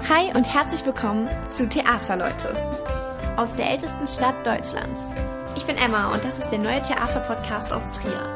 Hi und herzlich willkommen zu Theaterleute aus der ältesten Stadt Deutschlands. Ich bin Emma und das ist der neue Theaterpodcast aus Trier.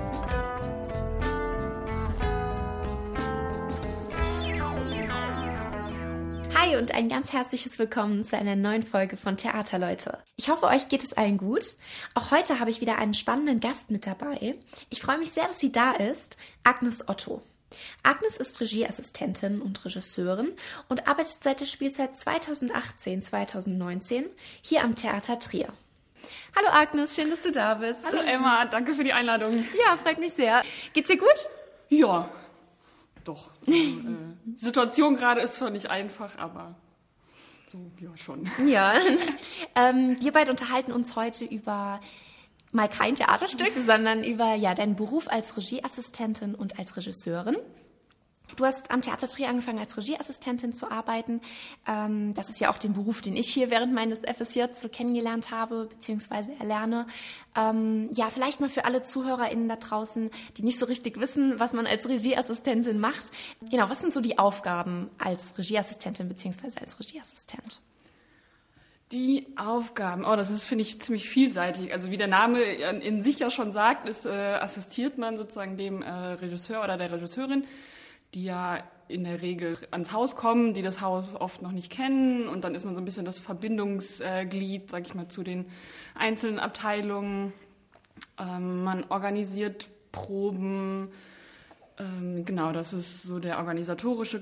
Hi und ein ganz herzliches Willkommen zu einer neuen Folge von Theaterleute. Ich hoffe, euch geht es allen gut. Auch heute habe ich wieder einen spannenden Gast mit dabei. Ich freue mich sehr, dass sie da ist, Agnes Otto. Agnes ist Regieassistentin und Regisseurin und arbeitet seit der Spielzeit 2018-2019 hier am Theater Trier. Hallo Agnes, schön, dass du da bist. Hallo Emma, danke für die Einladung. Ja, freut mich sehr. Geht's dir gut? Ja, doch. Die Situation gerade ist zwar nicht einfach, aber so, ja, schon. Ja, wir beide unterhalten uns heute über mal kein Theaterstück, sondern über deinen Beruf als Regieassistentin und als Regisseurin. Du hast am Theater Trier angefangen, als Regieassistentin zu arbeiten. Das ist ja auch den Beruf, den ich hier während meines FSJs so kennengelernt habe bzw. erlerne. Vielleicht mal für alle ZuhörerInnen da draußen, die nicht so richtig wissen, was man als Regieassistentin macht. Genau, was sind so die Aufgaben als Regieassistentin bzw. als Regieassistent? Die Aufgaben, das ist, finde ich, ziemlich vielseitig. Also wie der Name in sich ja schon sagt, assistiert man sozusagen dem Regisseur oder der Regisseurin, die ja in der Regel ans Haus kommen, die das Haus oft noch nicht kennen. Und dann ist man so ein bisschen das Verbindungsglied, sag ich mal, zu den einzelnen Abteilungen. Man organisiert Proben. Genau, das ist so der organisatorische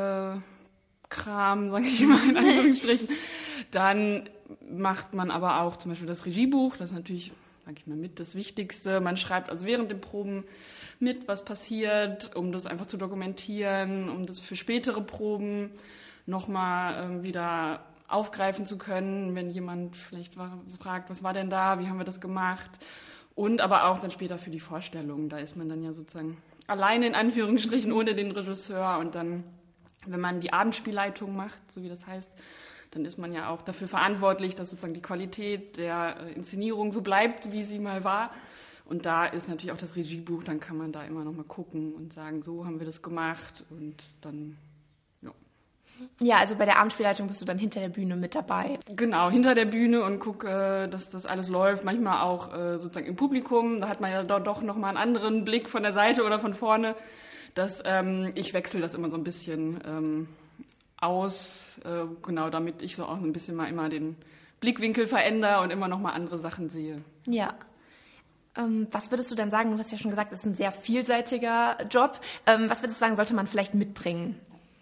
Kram, sage ich mal in Anführungsstrichen. Dann macht man aber auch zum Beispiel das Regiebuch, das ist natürlich, sage ich mal, mit das Wichtigste. Man schreibt also während den Proben mit, was passiert, um das einfach zu dokumentieren, um das für spätere Proben nochmal wieder aufgreifen zu können, wenn jemand vielleicht fragt, was war denn da, wie haben wir das gemacht? Und aber auch dann später für die Vorstellung, da ist man dann ja sozusagen alleine in Anführungsstrichen ohne den Regisseur und dann, wenn man die Abendspielleitung macht, so wie das heißt, dann ist man ja auch dafür verantwortlich, dass sozusagen die Qualität der Inszenierung so bleibt, wie sie mal war. Und da ist natürlich auch das Regiebuch, dann kann man da immer noch mal gucken und sagen, so haben wir das gemacht und dann, ja. Ja, also bei der Abendspielleitung bist du dann hinter der Bühne mit dabei. Genau, hinter der Bühne und gucke, dass das alles läuft. Manchmal auch sozusagen im Publikum, da hat man ja doch noch mal einen anderen Blick von der Seite oder von vorne. Ich wechsle das immer so ein bisschen aus, genau, damit ich so auch ein bisschen mal immer den Blickwinkel verändere und immer noch mal andere Sachen sehe. Ja. Was würdest du dann sagen? Du hast ja schon gesagt, es ist ein sehr vielseitiger Job. Was würdest du sagen, sollte man vielleicht mitbringen?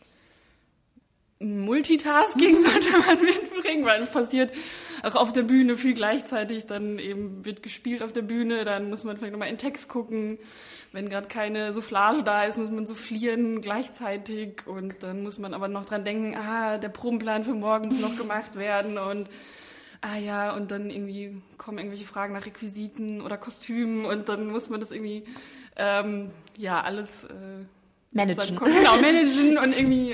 Multitasking sollte man mitbringen, weil es passiert auch auf der Bühne viel gleichzeitig. Dann eben wird gespielt auf der Bühne, dann muss man vielleicht nochmal in den Text gucken. Wenn gerade keine Soufflage da ist, muss man soufflieren gleichzeitig und dann muss man aber noch dran denken, der Probenplan für morgen muss noch gemacht werden und und dann irgendwie kommen irgendwelche Fragen nach Requisiten oder Kostümen und dann muss man das irgendwie alles managen. Genau, managen und irgendwie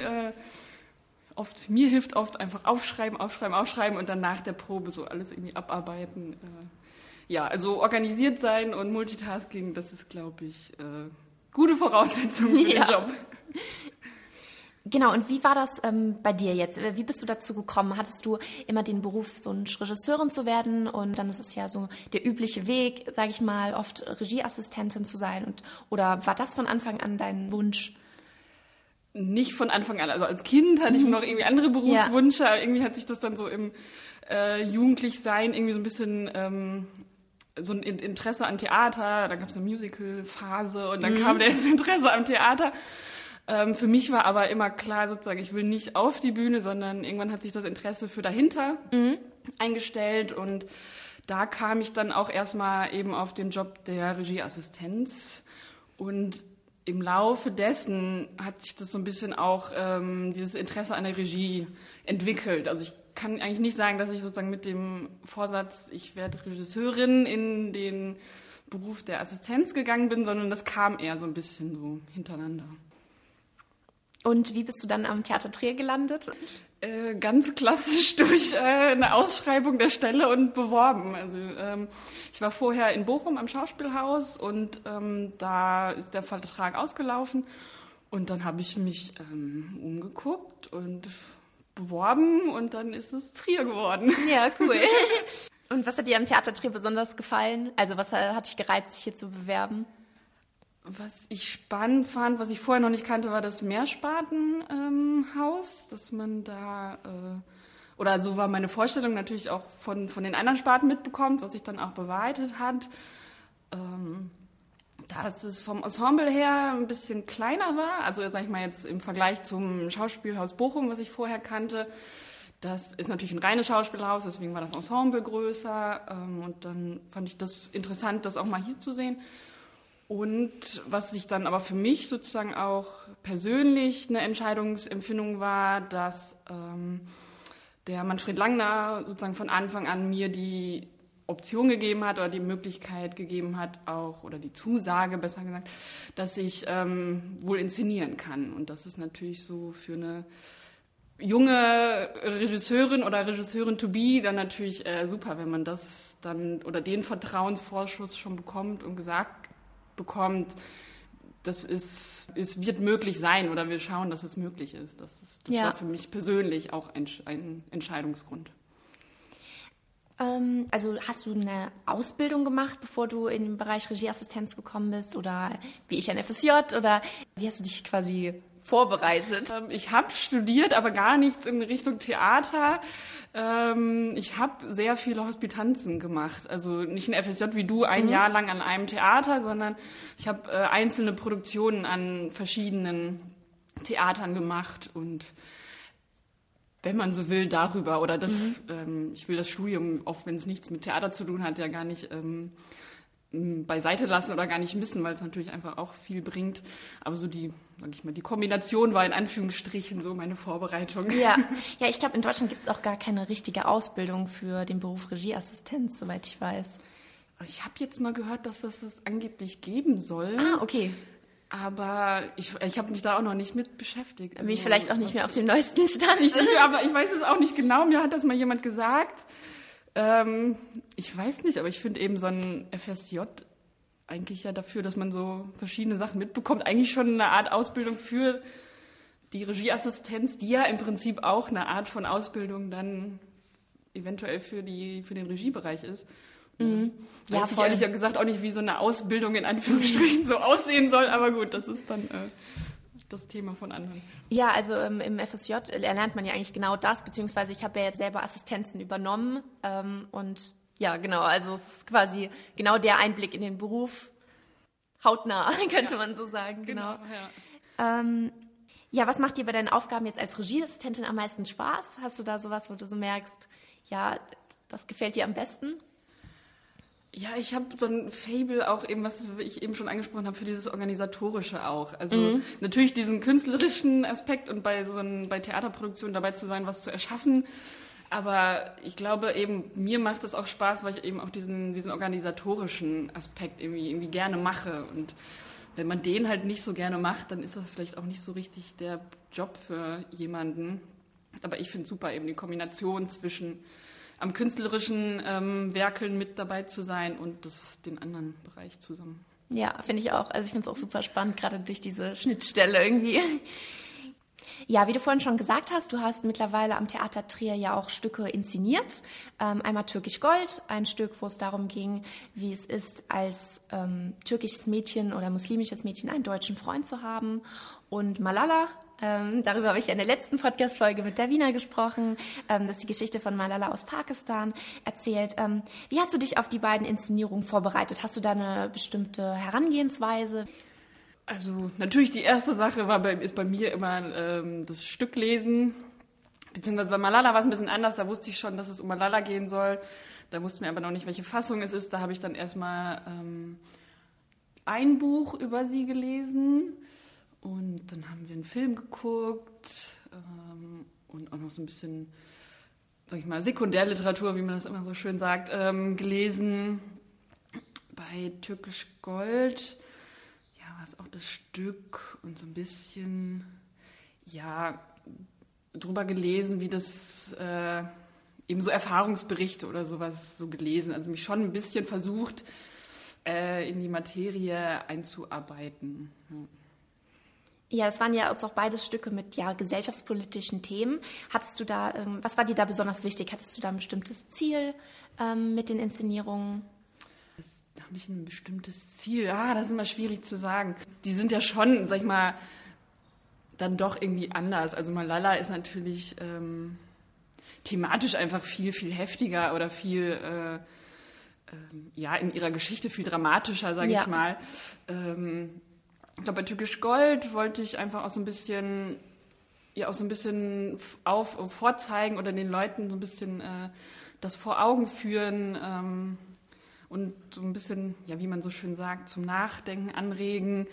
mir hilft oft einfach aufschreiben und dann nach der Probe so alles irgendwie abarbeiten. Also organisiert sein und Multitasking, das ist, glaube ich, gute Voraussetzung für den Job. Genau, und wie war das bei dir jetzt? Wie bist du dazu gekommen? Hattest du immer den Berufswunsch, Regisseurin zu werden? Und dann ist es ja so der übliche Weg, sage ich mal, oft Regieassistentin zu sein. Oder war das von Anfang an dein Wunsch? Nicht von Anfang an. Also als Kind hatte ich noch irgendwie andere Berufswünsche. Ja. Irgendwie hat sich das dann so im Jugendlichsein irgendwie so ein bisschen so ein Interesse an Theater. Da gab es eine Musical-Phase und dann kam das Interesse am Theater. Für mich war aber immer klar sozusagen, ich will nicht auf die Bühne, sondern irgendwann hat sich das Interesse für dahinter eingestellt und da kam ich dann auch erstmal eben auf den Job der Regieassistenz und im Laufe dessen hat sich das so ein bisschen auch dieses Interesse an der Regie entwickelt. Also ich kann eigentlich nicht sagen, dass ich sozusagen mit dem Vorsatz, ich werde Regisseurin in den Beruf der Assistenz gegangen bin, sondern das kam eher so ein bisschen so hintereinander. Und wie bist du dann am Theater Trier gelandet? Ganz klassisch durch eine Ausschreibung der Stelle und beworben. Also ich war vorher in Bochum am Schauspielhaus und da ist der Vertrag ausgelaufen und dann habe ich mich umgeguckt und beworben und dann ist es Trier geworden. Ja, cool. Und was hat dir am Theater Trier besonders gefallen? Also was hat dich gereizt, dich hier zu bewerben? Was ich spannend fand, was ich vorher noch nicht kannte, war das Mehrspartenhaus, dass man da, oder so war meine Vorstellung, natürlich auch von den anderen Sparten mitbekommt, was sich dann auch bewahrheitet hat. Dass es vom Ensemble her ein bisschen kleiner war, also sag ich mal jetzt im Vergleich zum Schauspielhaus Bochum, was ich vorher kannte. Das ist natürlich ein reines Schauspielhaus, deswegen war das Ensemble größer. Und dann fand ich das interessant, das auch mal hier zu sehen. Und was sich dann aber für mich sozusagen auch persönlich eine Entscheidungsempfindung war, dass der Manfred Langner sozusagen von Anfang an mir die Option gegeben hat oder die Möglichkeit gegeben hat, auch, oder die Zusage besser gesagt, dass ich wohl inszenieren kann. Und das ist natürlich so für eine junge Regisseurin oder Regisseurin to be dann natürlich super, wenn man das dann oder den Vertrauensvorschuss schon bekommt und gesagt bekommt, es wird möglich sein oder wir schauen, dass es möglich ist. Das war für mich persönlich auch ein Entscheidungsgrund. Also hast du eine Ausbildung gemacht, bevor du in den Bereich Regieassistenz gekommen bist oder wie ich ein FSJ oder wie hast du dich quasi vorbereitet? Ich habe studiert, aber gar nichts in Richtung Theater. Ich habe sehr viele Hospitanzen gemacht. Also nicht ein FSJ wie du, ein Jahr lang an einem Theater, sondern ich habe einzelne Produktionen an verschiedenen Theatern gemacht und wenn man so will, darüber. Oder ich will das Studium, auch wenn es nichts mit Theater zu tun hat, ja gar nicht beiseite lassen oder gar nicht missen, weil es natürlich einfach auch viel bringt. Aber so die Kombination war in Anführungsstrichen so meine Vorbereitung. Ja, ich glaube, in Deutschland gibt es auch gar keine richtige Ausbildung für den Beruf Regieassistenz, soweit ich weiß. Ich habe jetzt mal gehört, dass das angeblich geben soll. Ah, okay. Aber ich habe mich da auch noch nicht mit beschäftigt. Also, bin ich vielleicht auch nicht mehr auf dem neuesten Stand. Aber ich weiß es auch nicht genau. Mir hat das mal jemand gesagt. Ich weiß nicht, aber ich finde eben so ein FSJ eigentlich ja dafür, dass man so verschiedene Sachen mitbekommt, eigentlich schon eine Art Ausbildung für die Regieassistenz, die ja im Prinzip auch eine Art von Ausbildung dann eventuell für den Regiebereich ist. Mhm. Weiß ich ehrlich gesagt auch nicht, wie so eine Ausbildung in Anführungsstrichen so aussehen soll, aber gut, das ist dann das Thema von anderen. Ja, also im FSJ lernt man ja eigentlich genau das, beziehungsweise ich habe ja jetzt selber Assistenzen übernommen und ja, genau, also es ist quasi genau der Einblick in den Beruf, hautnah, könnte man so sagen, genau. Ja, was macht dir bei deinen Aufgaben jetzt als Regieassistentin am meisten Spaß? Hast du da sowas, wo du so merkst, ja, das gefällt dir am besten? Ja, ich habe so ein Faible auch eben, was ich eben schon angesprochen habe, für dieses Organisatorische auch. Also natürlich diesen künstlerischen Aspekt und bei Theaterproduktionen dabei zu sein, was zu erschaffen. Aber ich glaube eben, mir macht es auch Spaß, weil ich eben auch diesen organisatorischen Aspekt irgendwie gerne mache. Und wenn man den halt nicht so gerne macht, dann ist das vielleicht auch nicht so richtig der Job für jemanden. Aber ich finde super eben die Kombination zwischen am künstlerischen Werkeln mit dabei zu sein und den anderen Bereich zusammen. Ja, finde ich auch. Also ich finde es auch super spannend, gerade durch diese Schnittstelle irgendwie. Ja, wie du vorhin schon gesagt hast, du hast mittlerweile am Theater Trier ja auch Stücke inszeniert. Einmal Türkisch Gold, ein Stück, wo es darum ging, wie es ist, als türkisches Mädchen oder muslimisches Mädchen einen deutschen Freund zu haben. Und Malala, darüber habe ich in der letzten Podcast-Folge mit Davina gesprochen. Das ist die Geschichte von Malala aus Pakistan erzählt. Wie hast du dich auf die beiden Inszenierungen vorbereitet? Hast du da eine bestimmte Herangehensweise? Also natürlich die erste Sache ist bei mir immer das Stück lesen, beziehungsweise bei Malala war es ein bisschen anders, da wusste ich schon, dass es um Malala gehen soll, da wussten wir aber noch nicht, welche Fassung es ist, da habe ich dann erstmal ein Buch über sie gelesen und dann haben wir einen Film geguckt und auch noch so ein bisschen, sag ich mal, Sekundärliteratur, wie man das immer so schön sagt, gelesen. Bei Türkisch Gold war es auch das Stück und so ein bisschen, drüber gelesen, wie das eben so Erfahrungsberichte oder sowas so gelesen. Also mich schon ein bisschen versucht, in die Materie einzuarbeiten. Ja, das waren ja auch beides Stücke mit gesellschaftspolitischen Themen. Hattest du da, was war dir da besonders wichtig? Hattest du da ein bestimmtes Ziel mit den Inszenierungen? Da habe ich ein bestimmtes Ziel. Das ist immer schwierig zu sagen. Die sind ja schon, sag ich mal, dann doch irgendwie anders. Also Malala ist natürlich thematisch einfach viel, viel heftiger oder viel, in ihrer Geschichte viel dramatischer, sage ich mal. Ich glaube, bei Türkisch Gold wollte ich einfach auch so ein bisschen vorzeigen oder den Leuten so ein bisschen das vor Augen führen und so ein bisschen, wie man so schön sagt, zum Nachdenken anregen.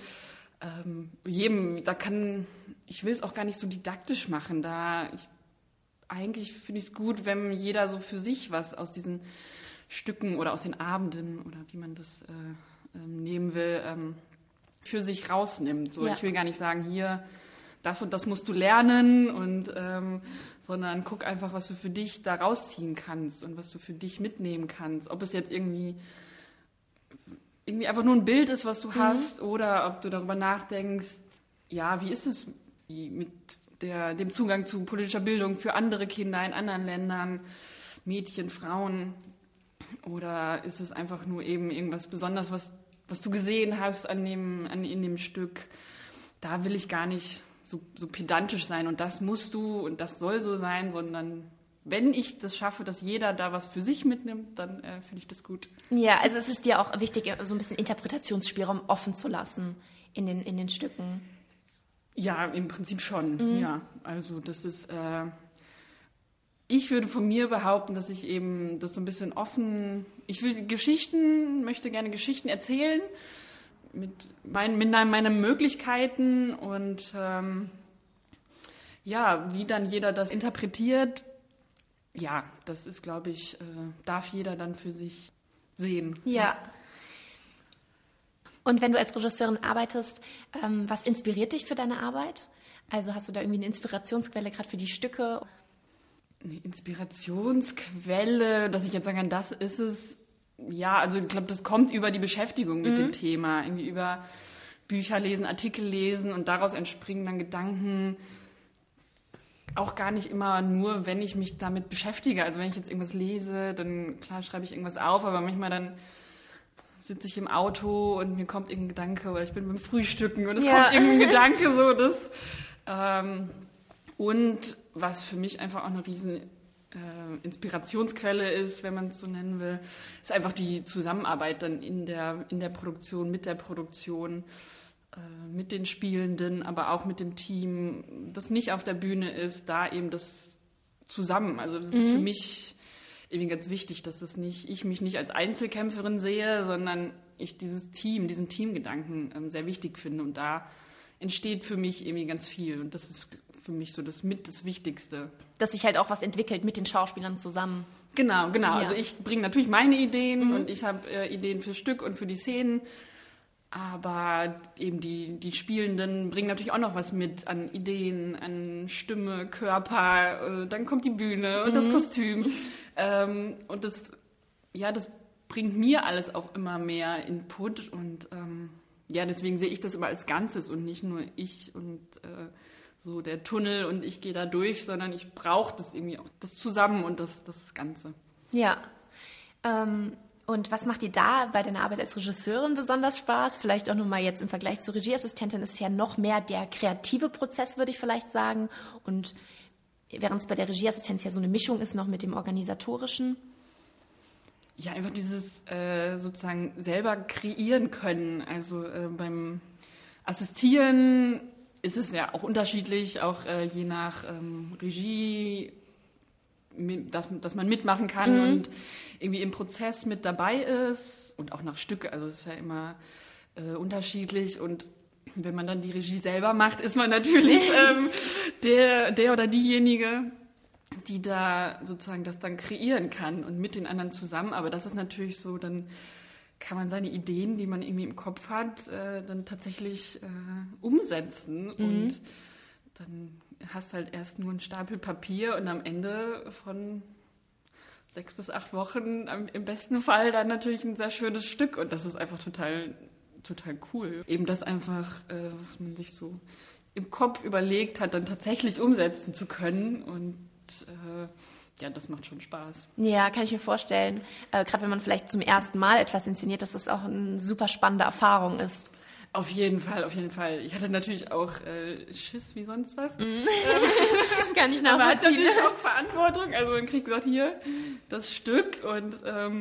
Ich will es auch gar nicht so didaktisch machen, eigentlich finde ich es gut, wenn jeder so für sich was aus diesen Stücken oder aus den Abenden oder wie man das nehmen will, für sich rausnimmt. So, ich will gar nicht sagen, hier, das und das musst du lernen, sondern guck einfach, was du für dich da rausziehen kannst und was du für dich mitnehmen kannst. Ob es jetzt irgendwie einfach nur ein Bild ist, was du hast, oder ob du darüber nachdenkst, wie ist es mit dem Zugang zu politischer Bildung für andere Kinder in anderen Ländern, Mädchen, Frauen, oder ist es einfach nur eben irgendwas Besonderes, was du gesehen hast in dem Stück. Da will ich gar nicht so pedantisch sein und das musst du und das soll so sein, sondern wenn ich das schaffe, dass jeder da was für sich mitnimmt, dann finde ich das gut. Ja, also es ist dir auch wichtig, so ein bisschen Interpretationsspielraum offen zu lassen in den Stücken. Ja, im Prinzip schon. Ja, also das ist... Ich würde von mir behaupten, dass ich eben das so ein bisschen offen... Ich möchte gerne Geschichten erzählen mit meinen Möglichkeiten und wie dann jeder das interpretiert, das ist, glaube ich, darf jeder dann für sich sehen. Ja. Und wenn du als Regisseurin arbeitest, was inspiriert dich für deine Arbeit? Also hast du da irgendwie eine Inspirationsquelle gerade für die Stücke? Eine Inspirationsquelle, dass ich jetzt sagen kann, das ist es. Ja, also ich glaube, das kommt über die Beschäftigung mit dem Thema. Irgendwie über Bücher lesen, Artikel lesen und daraus entspringen dann Gedanken. Auch gar nicht immer nur, wenn ich mich damit beschäftige. Also wenn ich jetzt irgendwas lese, dann klar schreibe ich irgendwas auf, aber manchmal dann sitze ich im Auto und mir kommt irgendein Gedanke oder ich bin beim Frühstücken und es kommt irgendein Gedanke so. Und was für mich einfach auch eine riesen Inspirationsquelle ist, wenn man es so nennen will, ist einfach die Zusammenarbeit dann in der Produktion, mit der Produktion, mit den Spielenden, aber auch mit dem Team, das nicht auf der Bühne ist, da eben das zusammen. Also das ist für mich irgendwie ganz wichtig, dass ich mich nicht als Einzelkämpferin sehe, sondern ich diesen Teamgedanken sehr wichtig finde. Und da entsteht für mich irgendwie ganz viel. Und das ist für mich so das Wichtigste. Dass sich halt auch was entwickelt mit den Schauspielern zusammen. Genau. Ja. Also ich bringe natürlich meine Ideen und ich habe Ideen fürs Stück und für die Szenen. Aber eben die Spielenden bringen natürlich auch noch was mit an Ideen, an Stimme, Körper. Dann kommt die Bühne und das Kostüm. Und das bringt mir alles auch immer mehr Input. Und deswegen sehe ich das immer als Ganzes und nicht nur ich und so der Tunnel und ich gehe da durch, sondern ich brauche das irgendwie auch, das Zusammen und das Ganze. Ja. Und was macht dir da bei deiner Arbeit als Regisseurin besonders Spaß? Vielleicht auch nochmal jetzt im Vergleich zur Regieassistentin ist es ja noch mehr der kreative Prozess, würde ich vielleicht sagen. Und während es bei der Regieassistenz ja so eine Mischung ist, noch mit dem Organisatorischen. Ja, einfach dieses sozusagen selber kreieren können. Also beim Assistieren ist es ja auch unterschiedlich, auch je nach Regie, dass man mitmachen kann und irgendwie im Prozess mit dabei ist und auch nach Stück, also es ist ja immer unterschiedlich und wenn man dann die Regie selber macht, ist man natürlich der oder diejenige, die da sozusagen das dann kreieren kann und mit den anderen zusammen, aber das ist natürlich so, dann kann man seine Ideen, die man irgendwie im Kopf hat, dann tatsächlich umsetzen und dann hast halt erst nur einen Stapel Papier und am Ende von 6 bis 8 Wochen im besten Fall dann natürlich ein sehr schönes Stück und das ist einfach total, total cool. Eben das einfach, was man sich so im Kopf überlegt hat, dann tatsächlich umsetzen zu können. Und ja, das macht schon Spaß. Ja, kann ich mir vorstellen. Gerade wenn man vielleicht zum ersten Mal etwas inszeniert, dass das auch eine super spannende Erfahrung ist. Auf jeden Fall, auf jeden Fall. Ich hatte natürlich auch Schiss wie sonst was. Kann ich nachvollziehen. Aber hat natürlich auch Verantwortung. Also man kriegt gesagt, hier, das Stück. Und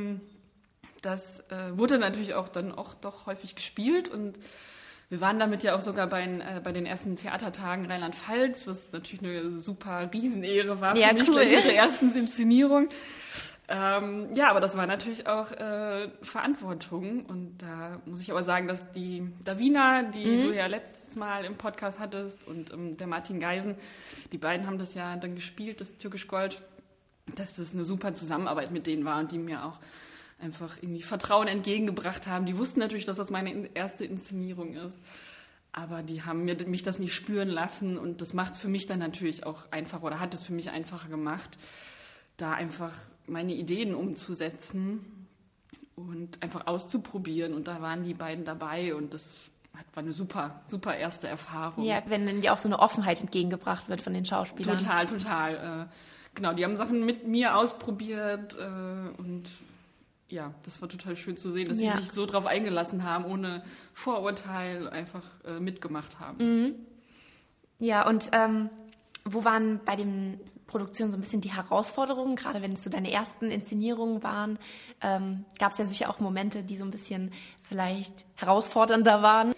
das wurde natürlich auch dann auch doch häufig gespielt. Und wir waren damit ja auch sogar bei den ersten Theatertagen Rheinland-Pfalz, was natürlich eine super Riesenehre war für mich, cool. Gleich mit der ersten Inszenierung. Ja, aber das war natürlich auch Verantwortung. Und da muss ich aber sagen, dass die Davina, die du ja letztes Mal im Podcast hattest, und der Martin Geisen, die beiden haben das ja dann gespielt, das Türkisch Gold, dass das eine super Zusammenarbeit mit denen war und die mir auch einfach irgendwie Vertrauen entgegengebracht haben. Die wussten natürlich, dass das meine erste Inszenierung ist. Aber die haben mich das nicht spüren lassen. Und das macht es für mich dann natürlich auch einfacher oder hat es für mich einfacher gemacht, da einfach meine Ideen umzusetzen und einfach auszuprobieren. Und da waren die beiden dabei und das war eine super, super erste Erfahrung. Ja, wenn dann dir auch so eine Offenheit entgegengebracht wird von den Schauspielern. Total. Genau, die haben Sachen mit mir ausprobiert und ja, das war total schön zu sehen, dass sie sich so drauf eingelassen haben, ohne Vorurteil einfach mitgemacht haben. Mhm. Ja, und wo waren bei den Produktionen so ein bisschen die Herausforderungen, gerade wenn es so deine ersten Inszenierungen waren? Gab es ja sicher auch Momente, die so ein bisschen vielleicht herausfordernder waren.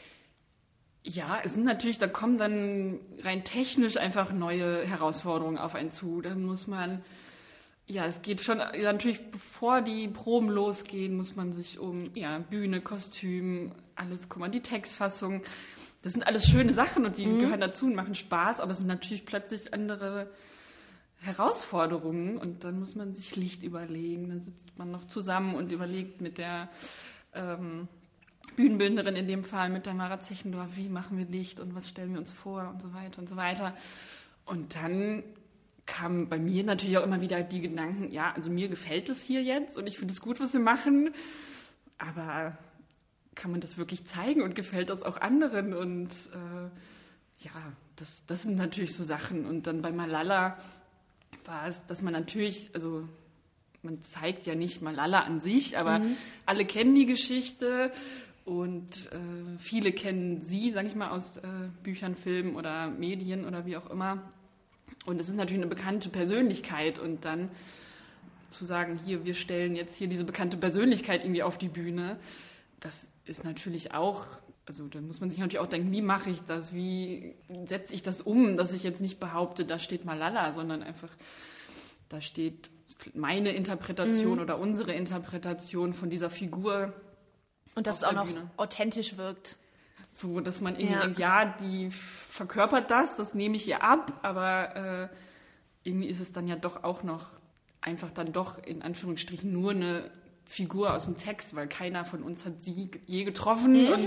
Ja, es sind natürlich, da kommen dann rein technisch einfach neue Herausforderungen auf einen zu. Dann muss man, ja, es geht schon, natürlich bevor die Proben losgehen, muss man sich um Bühne, Kostüm, alles kümmern, die Textfassung. Das sind alles schöne Sachen und die gehören dazu und machen Spaß, aber es sind natürlich plötzlich andere Herausforderungen und dann muss man sich Licht überlegen. Dann sitzt man noch zusammen und überlegt mit der Bühnenbildnerin in dem Fall, mit der Mara Zechendorf, wie machen wir Licht und was stellen wir uns vor und so weiter und so weiter. Und dann kamen bei mir natürlich auch immer wieder die Gedanken, ja, also mir gefällt es hier jetzt und ich finde es gut, was wir machen, aber kann man das wirklich zeigen und gefällt das auch anderen? Und das sind natürlich so Sachen. Und dann bei Malala war es, dass man natürlich, also man zeigt ja nicht Malala an sich, aber alle kennen die Geschichte und viele kennen sie, sage ich mal, aus Büchern, Filmen oder Medien oder wie auch immer. Und es ist natürlich eine bekannte Persönlichkeit und dann zu sagen, hier, wir stellen jetzt hier diese bekannte Persönlichkeit irgendwie auf die Bühne, das ist natürlich auch, also da muss man sich natürlich auch denken, wie mache ich das, wie setze ich das um, dass ich jetzt nicht behaupte, da steht Malala, sondern einfach, da steht meine Interpretation oder unsere Interpretation von dieser Figur. Und dass es auch noch authentisch wirkt. So, dass man irgendwie denkt, ja, die verkörpert das nehme ich ihr ab, aber irgendwie ist es dann ja doch auch noch einfach dann doch in Anführungsstrichen nur eine Figur aus dem Text, weil keiner von uns hat sie je getroffen und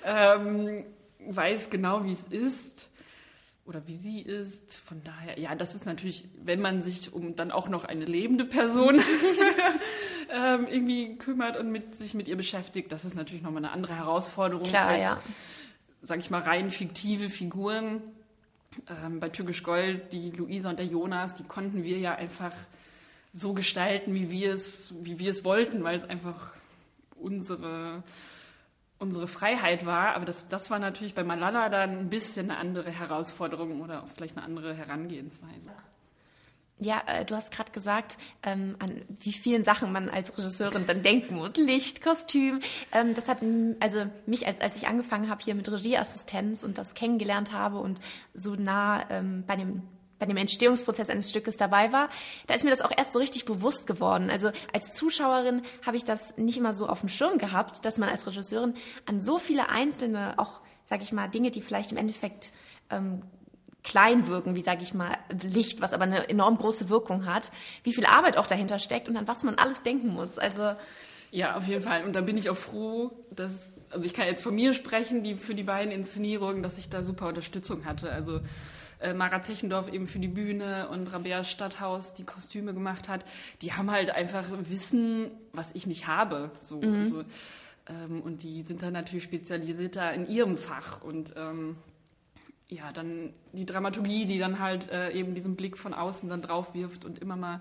weiß genau, wie es ist oder wie sie ist. Von daher, ja, das ist natürlich, wenn man sich um dann auch noch eine lebende Person irgendwie kümmert und sich mit ihr beschäftigt, das ist natürlich nochmal eine andere Herausforderung. Klar, als, sag ich mal, rein fiktive Figuren. Bei Türkisch Gold, die Luisa und der Jonas, die konnten wir ja einfach so gestalten, wie wir es wollten, weil es einfach unsere Freiheit war. Aber das war natürlich bei Malala dann ein bisschen eine andere Herausforderung oder auch vielleicht eine andere Herangehensweise. Ja, du hast gerade gesagt, an wie vielen Sachen man als Regisseurin dann denken muss. Licht, Kostüm. Das hat also mich, als ich angefangen habe hier mit Regieassistenz und das kennengelernt habe und so nah bei dem Entstehungsprozess eines Stückes dabei war, da ist mir das auch erst so richtig bewusst geworden. Also als Zuschauerin habe ich das nicht immer so auf dem Schirm gehabt, dass man als Regisseurin an so viele einzelne, auch, sage ich mal, Dinge, die vielleicht im Endeffekt klein wirken, wie, sage ich mal, Licht, was aber eine enorm große Wirkung hat, wie viel Arbeit auch dahinter steckt und an was man alles denken muss. Also ja, auf jeden Fall. Und da bin ich auch froh, also ich kann jetzt von mir sprechen, für die beiden Inszenierungen, dass ich da super Unterstützung hatte. Also Mara Zechendorf eben für die Bühne und Rabea Stadthaus die Kostüme gemacht hat, die haben halt einfach Wissen, was ich nicht habe. So, und die sind dann natürlich spezialisierter in ihrem Fach. Und ja, dann die Dramaturgie, die dann halt eben diesen Blick von außen dann drauf wirft und immer mal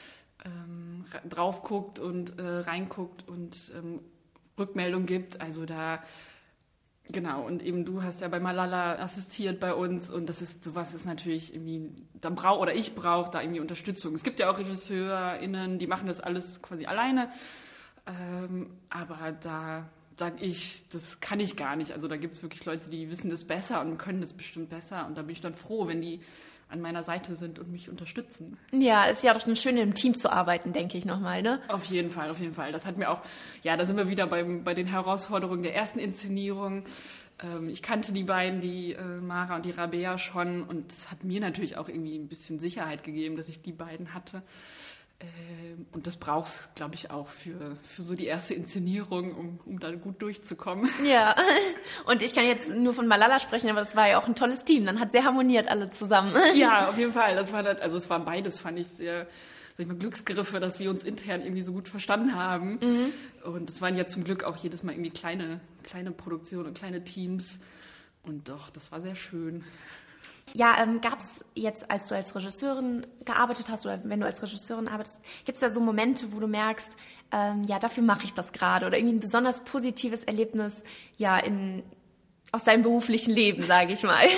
drauf guckt und reinguckt und Rückmeldung gibt. Also da, genau, und eben du hast ja bei Malala assistiert bei uns und sowas ist natürlich irgendwie, ich brauche da irgendwie Unterstützung. Es gibt ja auch RegisseurInnen, die machen das alles quasi alleine, aber da sage ich, das kann ich gar nicht. Also da gibt es wirklich Leute, die wissen das besser und können das bestimmt besser. Und da bin ich dann froh, wenn die an meiner Seite sind und mich unterstützen. Ja, ist ja doch schön, im Team zu arbeiten, denke ich nochmal, ne? Auf jeden Fall, auf jeden Fall. Das hat mir auch, ja, da sind wir wieder bei den Herausforderungen der ersten Inszenierung. Ich kannte die beiden, die Mara und die Rabea schon. Und es hat mir natürlich auch irgendwie ein bisschen Sicherheit gegeben, dass ich die beiden hatte. Und das brauchst, glaube ich, auch für so die erste Inszenierung, um da gut durchzukommen. Ja, und ich kann jetzt nur von Malala sprechen, aber das war ja auch ein tolles Team. Dann hat sehr harmoniert alle zusammen. Ja, auf jeden Fall. Es war beides, fand ich sehr, sag ich mal, Glücksgriffe, dass wir uns intern irgendwie so gut verstanden haben. Mhm. Und es waren ja zum Glück auch jedes Mal irgendwie kleine Produktionen und kleine Teams. Und doch, das war sehr schön. Ja, gab es jetzt, als du als Regisseurin gearbeitet hast oder wenn du als Regisseurin arbeitest, gibt es da so Momente, wo du merkst, ja, dafür mache ich das gerade oder irgendwie ein besonders positives Erlebnis ja aus deinem beruflichen Leben, sage ich mal?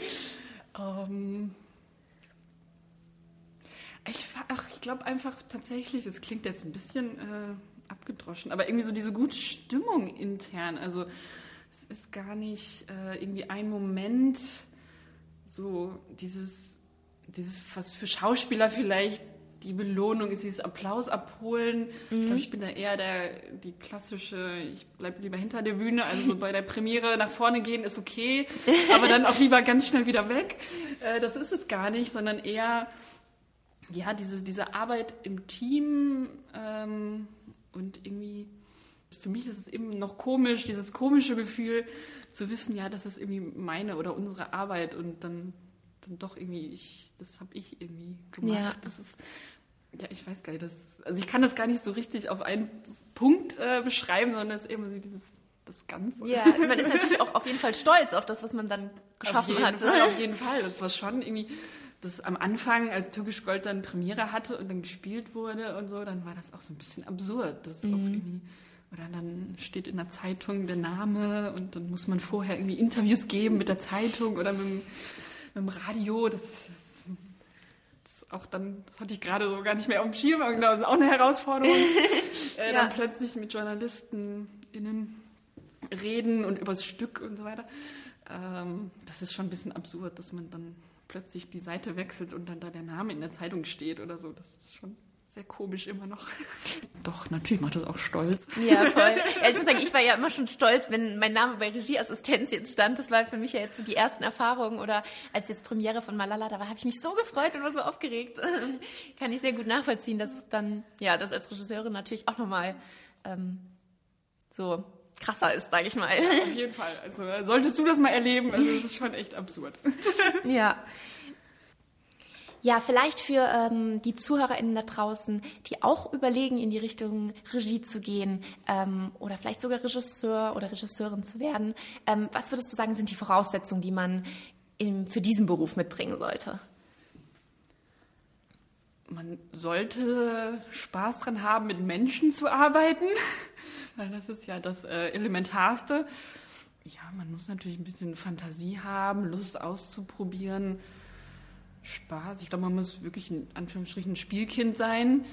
Ich glaube einfach tatsächlich, das klingt jetzt ein bisschen abgedroschen, aber irgendwie so diese gute Stimmung intern. Also es ist gar nicht irgendwie ein Moment, so dieses, was für Schauspieler vielleicht die Belohnung ist, dieses Applaus abholen. Mhm. Ich glaube, ich bin da eher die klassische, ich bleibe lieber hinter der Bühne, also so bei der Premiere nach vorne gehen ist okay, aber dann auch lieber ganz schnell wieder weg. Das ist es gar nicht, sondern eher ja, diese Arbeit im Team und irgendwie, für mich ist es eben noch komisch, dieses komische Gefühl zu wissen, ja, das ist irgendwie meine oder unsere Arbeit und dann doch irgendwie, das habe ich irgendwie gemacht. Ja. Das ist, ja, ich weiß gar nicht, also ich kann das gar nicht so richtig auf einen Punkt beschreiben, sondern es ist eben so das Ganze. Ja, man ist natürlich auch auf jeden Fall stolz auf das, was man dann geschaffen hat. Auf jeden Fall, das war schon irgendwie, das am Anfang, als Türkisch Gold dann Premiere hatte und dann gespielt wurde und so, dann war das auch so ein bisschen absurd, das auch irgendwie. Oder dann steht in der Zeitung der Name und dann muss man vorher irgendwie Interviews geben mit der Zeitung oder mit dem Radio. Das ist auch dann, das hatte ich gerade so gar nicht mehr auf dem Schirm, aber genau, das ist auch eine Herausforderung. Ja. Dann plötzlich mit JournalistInnen reden und übers Stück und so weiter. Das ist schon ein bisschen absurd, dass man dann plötzlich die Seite wechselt und dann da der Name in der Zeitung steht oder so. Das ist schon sehr komisch immer noch. Doch, natürlich macht das auch stolz. Ja, voll. Ja, ich muss sagen, ich war ja immer schon stolz, wenn mein Name bei Regieassistenz jetzt stand. Das war für mich ja jetzt so die ersten Erfahrungen. Oder als jetzt Premiere von Malala, da habe ich mich so gefreut und war so aufgeregt. Kann ich sehr gut nachvollziehen, dass dann, ja, das als Regisseurin natürlich auch nochmal so krasser ist, sage ich mal. Ja, auf jeden Fall. Also solltest du das mal erleben, also das ist schon echt absurd. Ja. Ja, vielleicht für die ZuhörerInnen da draußen, die auch überlegen, in die Richtung Regie zu gehen oder vielleicht sogar Regisseur oder Regisseurin zu werden. Was würdest du sagen, sind die Voraussetzungen, die man für diesen Beruf mitbringen sollte? Man sollte Spaß dran haben, mit Menschen zu arbeiten, weil das ist ja das Elementarste. Ja, man muss natürlich ein bisschen Fantasie haben, Lust auszuprobieren, Spaß. Ich glaube, man muss wirklich in Anführungsstrichen ein Spielkind sein.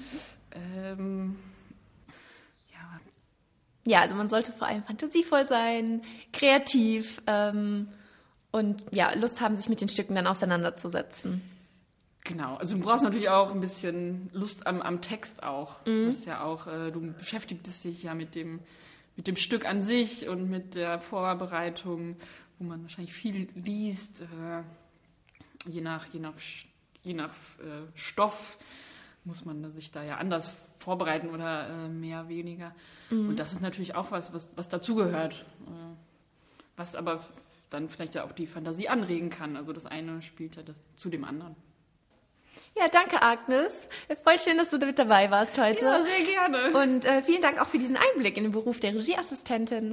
Ja, also man sollte vor allem fantasievoll sein, kreativ und ja, Lust haben, sich mit den Stücken dann auseinanderzusetzen. Genau, also du brauchst natürlich auch ein bisschen Lust am Text auch. Mhm. Das ist ja auch, du beschäftigst dich ja mit dem Stück an sich und mit der Vorbereitung, wo man wahrscheinlich viel liest. Je nach Stoff muss man sich da ja anders vorbereiten oder mehr, weniger. Mhm. Und das ist natürlich auch was dazugehört, was aber dann vielleicht ja auch die Fantasie anregen kann. Also das eine spielt ja zu dem anderen. Ja, danke Agnes. Voll schön, dass du mit dabei warst heute. Ja, sehr gerne. Und vielen Dank auch für diesen Einblick in den Beruf der Regieassistentin.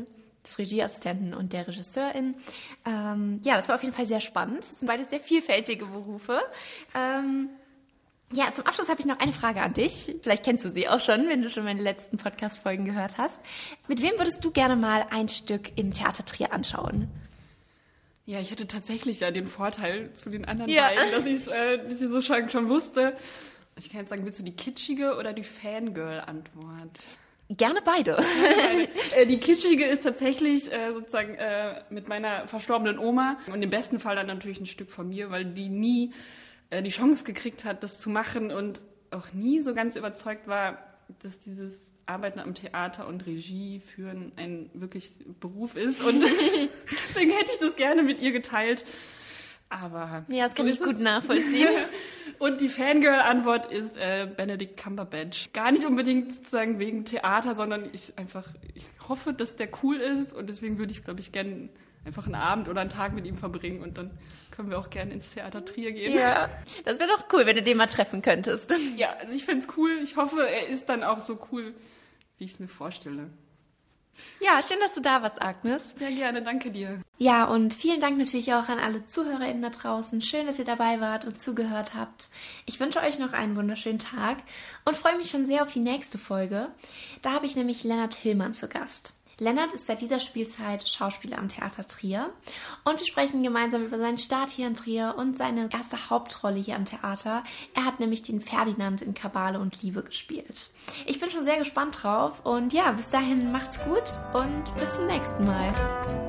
des Regieassistenten und der Regisseurin. Ja, das war auf jeden Fall sehr spannend. Das sind beide sehr vielfältige Berufe. Ja, zum Abschluss habe ich noch eine Frage an dich. Vielleicht kennst du sie auch schon, wenn du schon meine letzten Podcast-Folgen gehört hast. Mit wem würdest du gerne mal ein Stück im Theater Trier anschauen? Ja, ich hatte tatsächlich ja den Vorteil zu den anderen beiden, dass ich es so schon wusste. Ich kann jetzt sagen, willst du die kitschige oder die Fangirl-Antwort? Gerne beide. Die kitschige ist tatsächlich sozusagen mit meiner verstorbenen Oma und im besten Fall dann natürlich ein Stück von mir, weil die nie die Chance gekriegt hat, das zu machen und auch nie so ganz überzeugt war, dass dieses Arbeiten am Theater und Regie führen ein wirklich Beruf ist. Und deswegen hätte ich das gerne mit ihr geteilt. Aber ja, das kann ich gut nachvollziehen. Und die Fangirl-Antwort ist Benedict Cumberbatch. Gar nicht unbedingt sozusagen wegen Theater, sondern ich hoffe, dass der cool ist. Und deswegen würde ich, glaube ich, gerne einfach einen Abend oder einen Tag mit ihm verbringen und dann können wir auch gerne ins Theater Trier gehen. Ja, das wäre doch cool, wenn du den mal treffen könntest. Ja, also ich finde es cool. Ich hoffe, er ist dann auch so cool, wie ich es mir vorstelle. Ja, schön, dass du da warst, Agnes. Ja, gerne, danke dir. Ja, und vielen Dank natürlich auch an alle ZuhörerInnen da draußen. Schön, dass ihr dabei wart und zugehört habt. Ich wünsche euch noch einen wunderschönen Tag und freue mich schon sehr auf die nächste Folge. Da habe ich nämlich Lennart Hillmann zu Gast. Lennart ist seit dieser Spielzeit Schauspieler am Theater Trier und wir sprechen gemeinsam über seinen Start hier in Trier und seine erste Hauptrolle hier am Theater. Er hat nämlich den Ferdinand in Kabale und Liebe gespielt. Ich bin schon sehr gespannt drauf und ja, bis dahin macht's gut und bis zum nächsten Mal.